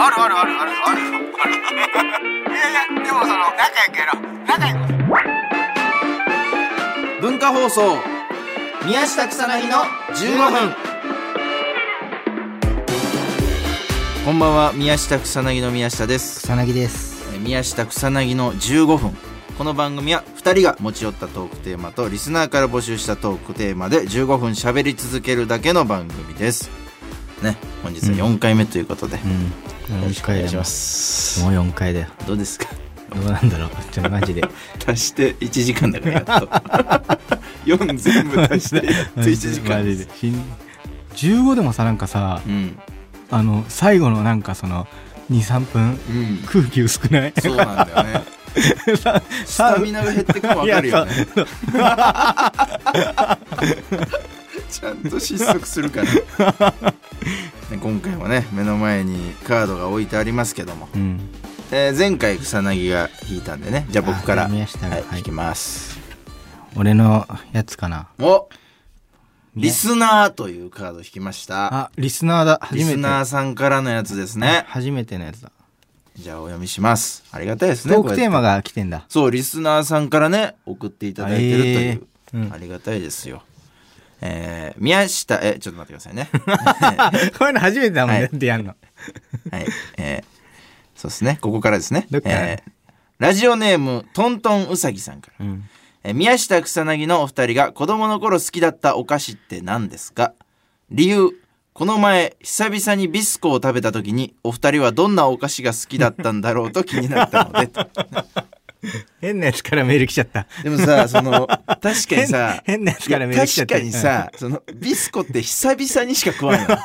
あるあるあるあるあるよ。いやいや、でもその仲良くやろう。仲良く。 文化放送宮下草薙の15分。こんばんは、宮下草薙の宮下です。 草薙です。 宮下草薙の15分。この番組は2人が持ち寄ったトークテーマとリスナーから募集したトークテーマで15分喋り続けるだけの番組ですね。本日は4回目ということで、よろしくお願いします。 もう4回だよ。 どうですか？ どうなんだろう。ちょっとマジで足して1時間だからやっと4全部足してやっと1時間マジで15でもさ、なんかさ、最後のなんかその 2,3 分、空気薄くない？ そうなんだよねスタミナが減ってくの分かるよねちゃんと失速するから今回もね、目の前にカードが置いてありますけども、前回草薙が引いたんでね、じゃあ僕から、引きます。 俺のやつかな。 お、リスナーというカード引きました。 あ、リスナーだ。 リスナーさんからのやつですね。 初めてのやつだ。 じゃあお読みします。ありがたいですね。 トークテーマが来てんだ。 そう、リスナーさんからね、送っていただいてるという、ありがたいですよ。宮下、ちょっと待ってくださいねこういうの初めてだもんね、ってやんの。 はい、そうですね、ここからですね。 どっから、 ラジオネームトントンうさぎさんから、宮下草薙のお二人が子供の頃好きだったお菓子って何ですか？理由、この前久々にビスコを食べた時にお二人はどんなお菓子が好きだったんだろうと気になったので変なやつからメール来ちゃった。 でもさ、その確かにさ変なやつからメール来ちゃった。 確かにさ、そのビスコって久々にしか食わないの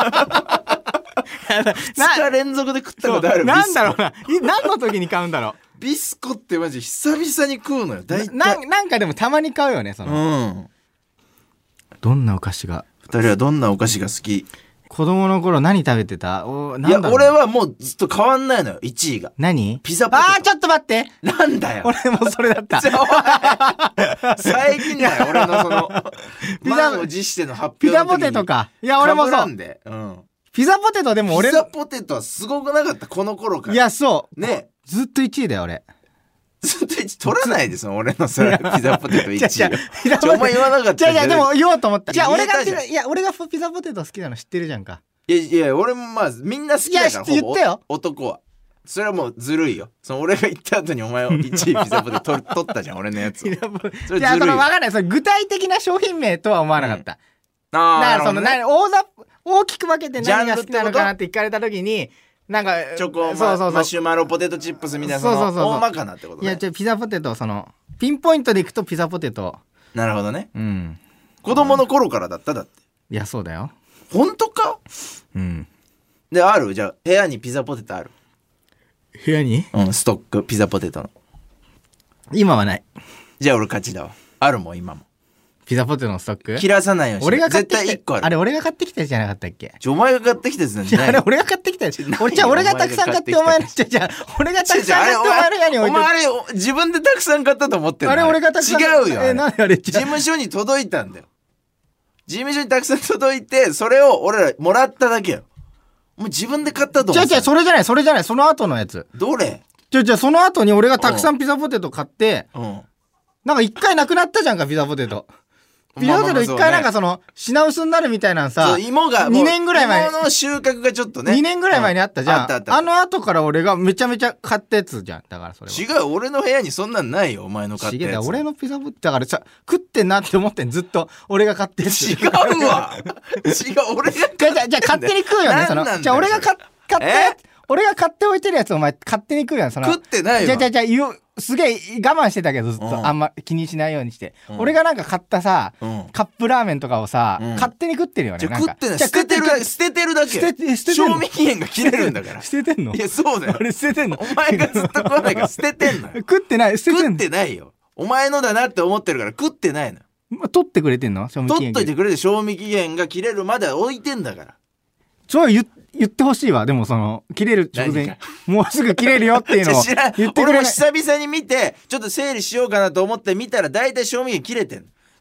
2日連続で食ったことある。 なんだろうな、何の時に買うんだろう。 ビスコってマジ久々に食うのよ。大体なんかでもたまに買うよね、その、どんなお菓子が、 2人はどんなお菓子が好き？ 子供の頃何食べてた？ いや、俺はもうずっと変わんないのよ、1位が。 何？ ピザポテト。 ちょっと待って。 なんだよ。 俺もそれだった。 最近だよ、俺のその満を持しての発表の時に。 ピザポテトか。いや、俺もそう。ピザポテトでも俺。 ピザポテトはすごくなかった、この頃から。 いや、そう。 ね。 ずっと1位だよ、俺。 ずっと1位取らないですよ、俺のそれ。ピザポテト1位。お前言わなかった。 じゃあでも言おうと思った。じゃあ俺がピザポテト好きなの知ってるじゃんか。 いや、俺もまあ、みんな好きだから、 言ってよ。 男は。それはもうずるいよ。その俺が言った後にお前を1位ピザポテト取ったじゃん、俺のやつ。それずるい。 いや、その分かんない。それ具体的な商品名とは思わなかった。だからその、大きく分けて何が好きなのかなって聞かれた時に、なんかチョコマシュマロポテトチップスみたいな、その大まかなってことね。 いや、ピザポテト、そのピンポイントでいくとピザポテト。 なるほどね。子供の頃からだった。だって。 いや、そうだよ。 本当か？で、ある？じゃあ部屋にピザポテトある？ 部屋に？ ストックピザポテトの。 今はない。 じゃあ俺勝ちだわ。あるもん、今も。 ピザポテトのストック切らさないように。 俺が買ってきた。 絶対1個ある。 あれ俺が買ってきたやつじゃなかったっけ？ お前が買ってきたやつなんじゃない？ あれ俺が買ってきたやつ。俺がたくさん買ってお前の、俺がたくさん買ってお前の部屋に置いて。 お前あれ自分でたくさん買ったと思ってんの？ あれ俺がたくさん。 違うよ。 なんであれ？ 事務所に届いたんだよ。事務所にたくさん届いて、それを俺らもらっただけよ。もう自分で買ったと思って。 それじゃない、その後のやつ。 どれ？ その後に俺がたくさんピザポテト買って、なんか一回なくなったじゃんか、ピザポテト。ピザポテト一回なんかその品薄になるみたいなのさ、 芋が 2年ぐらい前、 芋の収穫がちょっとね、 2年ぐらい前にあったじゃん。 あった。 あの後から俺がめちゃめちゃ買ったやつじゃん。だからそれは。 違う、俺の部屋にそんなんないよ、お前の買ったやつ。 俺のピザポテトだからさ、食ってんなって思ってん、ずっと俺が買ってる。 違うわ。俺が。 じゃあ勝手に食うよね、その。じゃあ俺が買っておいてるやつお前勝手に食うやん、その。 食ってないわ。 じゃあすげえ我慢してたけどずっとあんま気にしないようにして、俺がなんか買ったさ、カップラーメンとかをさ、勝手に食ってるよね。 じゃあ食ってない。捨ててるだけ。賞味期限が切れるんだから。 捨ててんの？ いや、そうだよ。 俺捨ててんの？ お前がずっと食わないから捨ててんのよ。 食ってない、捨ててんの？ 食ってないよ。お前のだなって思ってるから食ってないの。 取ってくれてんの？賞味期限。 取っといてくれて、賞味期限が切れるまで置いてんだから。 そう言ってほしいわ。でもその切れる直前もうすぐ切れるよっていうのを言ってくれない。 俺も久々に見てちょっと整理しようかなと思って見たら大体賞味期限切れてんの。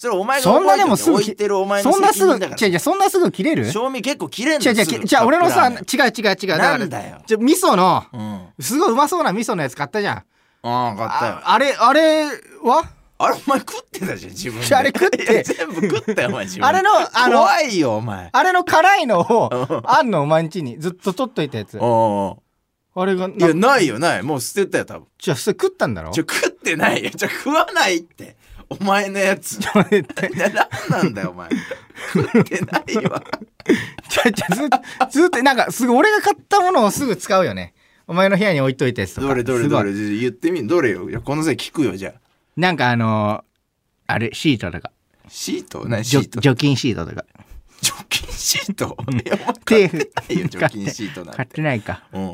それお前がそんな覚えててでもすぐ置いてるお前のそんなすぐ責任だから。 違うそんなすぐ切れる？ 賞味結構切れんの違うすぐじゃあ俺のさカップラーメン違うだからなんだよ。 味噌のうん。 すごいうまそうな味噌のやつ買ったじゃん。 ああ、買ったよ。 あれはあれお前食ってたじゃん自分で。 あれ食っていや全部食ったよお前自分で。 あれの怖いよお前。 あれの辛いのをあんのお前んちにずっと取っといたやつ。 おあれがいやないよない。もう捨てたよ多分。 じゃあそれ食ったんだろ？ 食ってないよ。食わないって。お前のやつ。何なんだよお前。食ってないわ。 ずっとなんかすぐ俺が買ったものをすぐ使うよね。お前の部屋に置いといたやつとか。 どれすごい言ってみんどれよ。いやこの際聞くよじゃあ。 なんかあれシートとかシート何シート。 除菌シートとか。 除菌シート。いやお前買ってないよ除菌シートなんて。 買ってないか。 うん。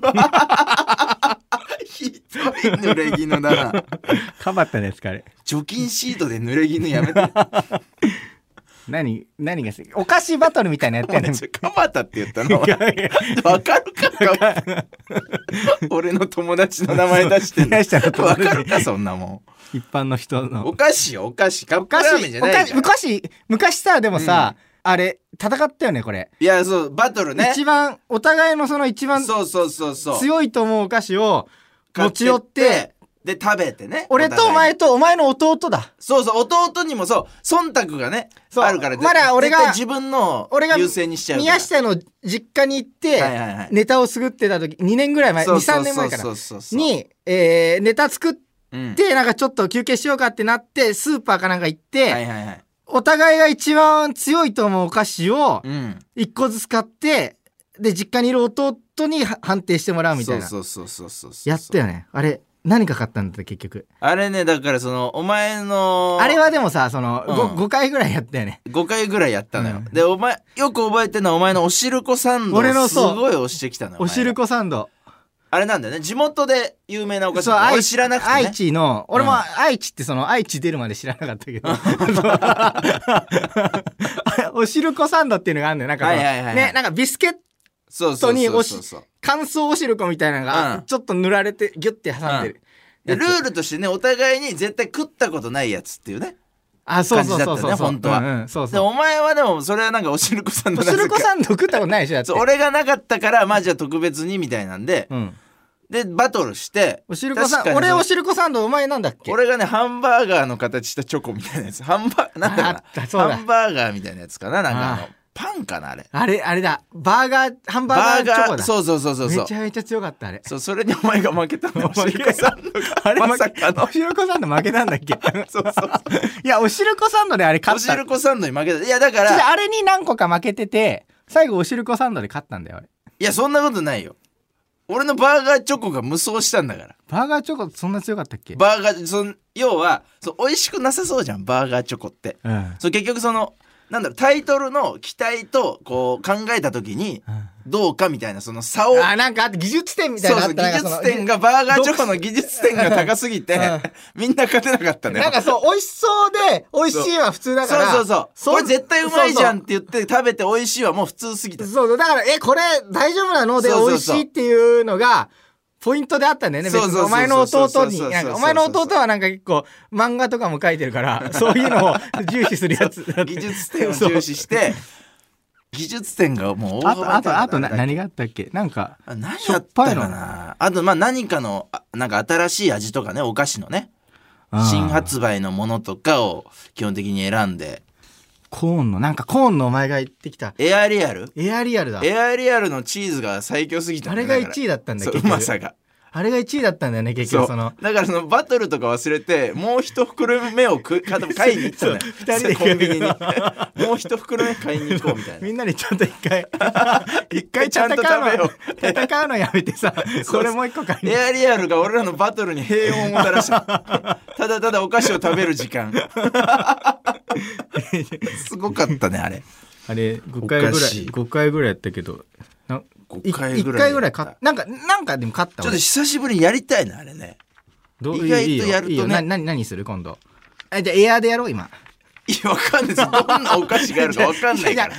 ひどい濡れ衣だな。 かばったですかあれ。 除菌シートで濡れ衣やめて。 何が好き？お菓子バトルみたいなやってんねん。 かばたって言ったの。わかるか。俺の友達の名前出してんの。わかるかそんなもん。 一般の人の。 お菓子よお菓子。カップラーメンじゃないから。 昔さでもさ、あれ戦ったよねこれ。 いやそうバトルね。 一番お互いのその一番そう強いと思うお菓子を持ち寄ってで食べてね。 俺とお前とお前の弟だ。 そう弟にもそう忖度がねあるからまだ俺が自分の優先にしちゃうから。 宮下の実家に行ってネタを作ってた時2年ぐらい前2,3年前からにネタ作ってなんかちょっと休憩しようかってなってスーパーかなんか行ってお互いが一番強いと思うお菓子を1個ずつ買ってで実家にいる弟に判定してもらうみたいなやったよね。あれ何か買ったんだ結局。 あれねだからそのお前のあれはでもさ5回ぐらいやったよね。 5回ぐらいやったのよ。でお前よく覚えてるのはお前のおしるこサンドをすごい押してきたのよ。 おしるこサンドあれなんだよね地元で有名なお菓子。俺知らなくてね。 愛知の俺も愛知ってその愛知出るまで知らなかったけどおしるこサンドっていうのがあるんだよ。なんかねなんかビスケットに乾燥おしるこみたいなのがちょっと塗られてギュッて挟んでる。 ルールとしてねお互いに絶対食ったことないやつっていうね感じだったよね本当は。でお前はでもそれはなんかおしるこサンドおしるこサンド食ったことないでしょだって。 俺がなかったからまあじゃあ特別にみたいなんででバトルして俺おしるこサンドお前なんだっけ。 俺がねハンバーガーの形したチョコみたいなやつなんだろうなハンバーガーみたいなやつかななんかパンかなあれだハンバーガーチョコだ。 そうめちゃめちゃ強かったあれ。 それにお前が負けたのおしるこサンドがまさかのおしるこサンド負けたんだっけいやおしるこサンドであれ勝った。 おしるこサンドに負けた。いやだからあれに何個か負けてて最後おしるこサンドで勝ったんだよあれ。 いやそんなことないよ。俺のバーガーチョコが無双したんだから。 バーガーチョコそんな強かったっけ。 バーガー要は美味しくなさそうじゃんバーガーチョコって、結局なんだろうタイトルの期待とこう考えた時にどうかみたいなその差をなんかあって技術点みたいな技術点がバーガーチョコの技術点が高すぎてみんな勝てなかったね。 なんか美味しそうで美味しいは普通だからこれ絶対うまいじゃんって言って食べて美味しいはもう普通すぎた。 だからこれ大丈夫なので美味しいっていうのがポイントであったんだよね。別にお前の弟にお前の弟はなんか結構漫画とかも書いてるからそういうのを重視するやつ技術点を重視して技術点がもうあと何があったっけ。なんか何やったかなあと何かのなんか新しい味とかねお菓子のね新発売のものとかを基本的に選んでコーンのお前が言ってきたエアリアルだ。エアリアルのチーズが最強すぎたんだ。 あれが1位だったんだうまさがあれが1位だったんだよね結局。 だからバトルとか忘れてもう一袋目を買いに行ったのよ2人でコンビニにもう一袋目買いに行こうみたいな。 みんなでちょっと一回ちゃんと食べよう戦うのやめてさこれもう一個買いに。 エアリアルが俺らのバトルに平穏をもたらしたただただお菓子を食べる時間すごかったねあれ 5回ぐらいやったけど 1回ぐらいなんかでも勝った。 ちょっと久しぶりにやりたいなあれね。意外とやるとね。 何する今度。じゃあエアーでやろう今。 いやわかんないです。どんなお菓子があるかわかんないから。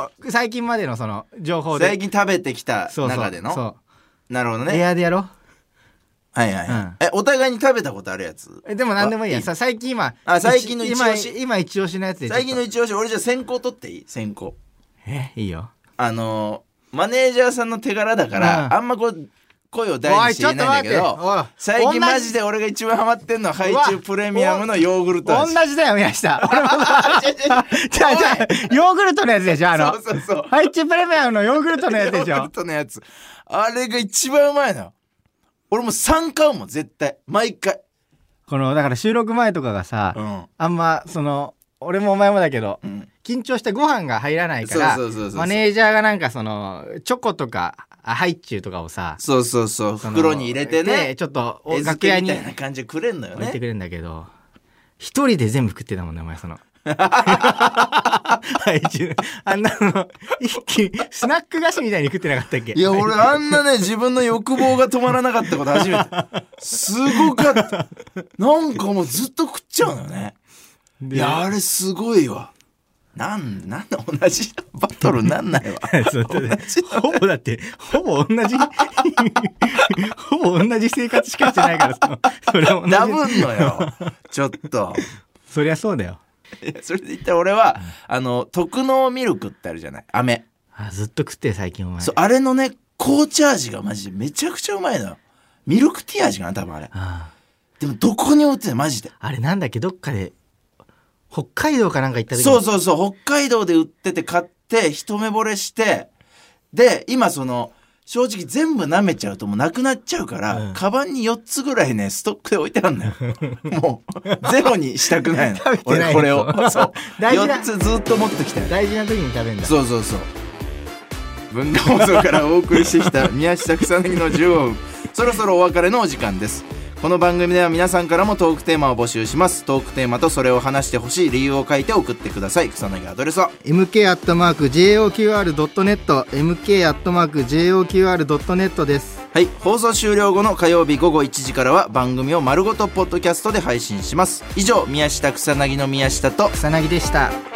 最近までのその情報で最近食べてきた中での。なるほどね。 エアーでやろう。 はいはい、お互いに食べたことあるやつ。 でも何でもいいや。最近最近の一押し。 今一押しのやつで。 最近の一押し。俺じゃあ先行取っていい？先行。 いいよ。 マネージャーさんの手柄だから、あんまこう声を大にして言えないんだけど、最近マジで俺が一番ハマってんのはハイチュウプレミアムのヨーグルト味。 同じだよ宮下。俺もじゃあヨーグルトのやつでしょ。そうハイチュウプレミアムのヨーグルトのやつでしょ。 ヨーグルトのやつ、あれが一番うまいのよ。俺も3買うもん絶対、毎回。 だから収録前とかがさ、あんま俺もお前もだけど、緊張してご飯が入らないから、マネージャーがなんかチョコとかハイチュウとかをさ、 そう袋に入れてね、 ちょっと楽屋にみたいな感じでくれんのよね。 置いてくれるんだけど、一人で全部食ってたもんねお前。ハイチュウあんなの一気にスナック菓子みたいに食ってなかったっけ？ いや俺あんなね自分の欲望が止まらなかったこと初めて。すごかった。なんかもうずっと食っちゃうのよね。いやあれすごいわ。なんで同じバトルなんないわ。 ほぼ同じ生活しかしてないからそれもダブんのよちょっと。 そりゃそうだよ。 いやそれで言ったら俺は特納ミルクってあるじゃない、飴。 ずっと食って最近お前。 そうあれのね紅茶味がマジでめちゃくちゃうまいのよ。ミルクティー味かな多分あれ。でもどこに売ってないマジで。あれなんだっけ、どっかで北海道かなんか行った時に。 そう北海道で売ってて買って一目惚れして、で今正直全部舐めちゃうともうなくなっちゃうから、カバンに4つぐらいねストックで置いてあるのよ。もうゼロにしたくないの。俺これをそう4つずっと持ってきたよ。 大事な時に食べるんだ。 そう文化放送からお送りしてきた宮下草薙の15分そろそろお別れのお時間です。この番組では皆さんからもトークテーマを募集します。トークテーマとそれを話してほしい理由を書いて送ってください。草薙アドレスは mk@joqr.net mk@joqr.net です。 はい、放送終了後の火曜日午後1時からは番組を丸ごとポッドキャストで配信します。以上、宮下草薙の宮下と草薙でした。